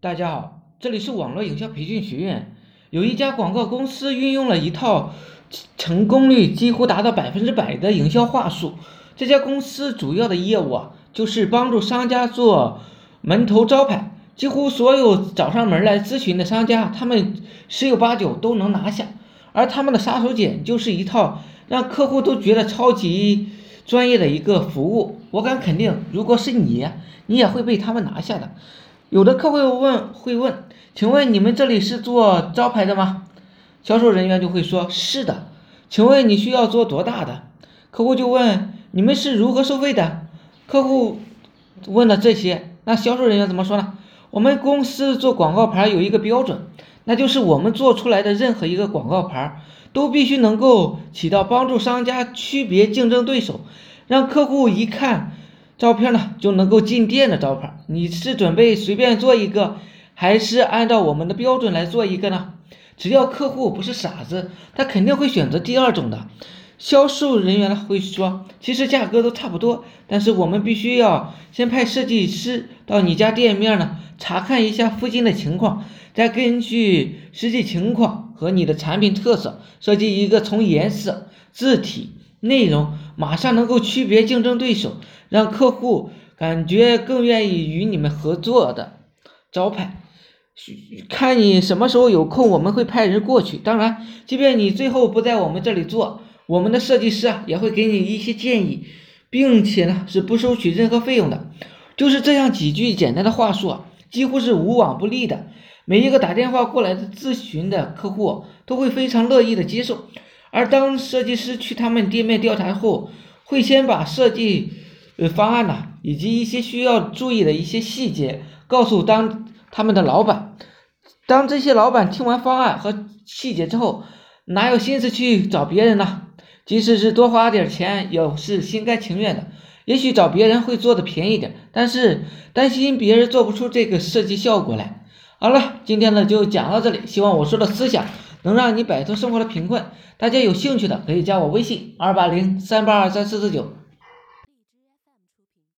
大家好，这里是网络营销培训学院。有一家广告公司运用了一套成功率几乎达到100%的营销话术。这家公司主要的业务就是帮助商家做门头招牌。几乎所有找上门来咨询的商家，他们十有八九都能拿下。而他们的杀手锏就是一套让客户都觉得超级专业的一个服务。我敢肯定，如果是你也会被他们拿下的。有的客户会问，请问你们这里是做招牌的吗？销售人员就会说是的。请问你需要做多大的？客户就问你们是如何收费的？客户问了这些，那销售人员怎么说呢？我们公司做广告牌有一个标准，那就是我们做出来的任何一个广告牌都必须能够起到帮助商家区别竞争对手，让客户一看照片就能够进店的招牌。你是准备随便做一个，还是按照我们的标准来做一个呢？只要客户不是傻子，他肯定会选择第二种的。销售人员会说，其实价格都差不多，但是我们必须要先派设计师到你家店面查看一下附近的情况，再根据实际情况和你的产品特色设计一个从颜色、字体、内容马上能够区别竞争对手，让客户感觉更愿意与你们合作的招牌。看你什么时候有空，我们会派人过去。当然，即便你最后不在我们这里做，我们的设计师也会给你一些建议，并且是不收取任何费用的。就是这样几句简单的话术几乎是无往不利的。每一个打电话过来的咨询的客户都会非常乐意的接受。而当设计师去他们店面调查后，会先把设计方案以及一些需要注意的一些细节告诉他们的老板。当这些老板听完方案和细节之后，哪有心思去找别人呢？即使是多花点钱，也是心甘情愿的。也许找别人会做的便宜点，但是担心别人做不出这个设计效果来。好了，今天就讲到这里，希望我说的思想能让你摆脱生活的贫困。大家有兴趣的可以加我微信280-382-3449。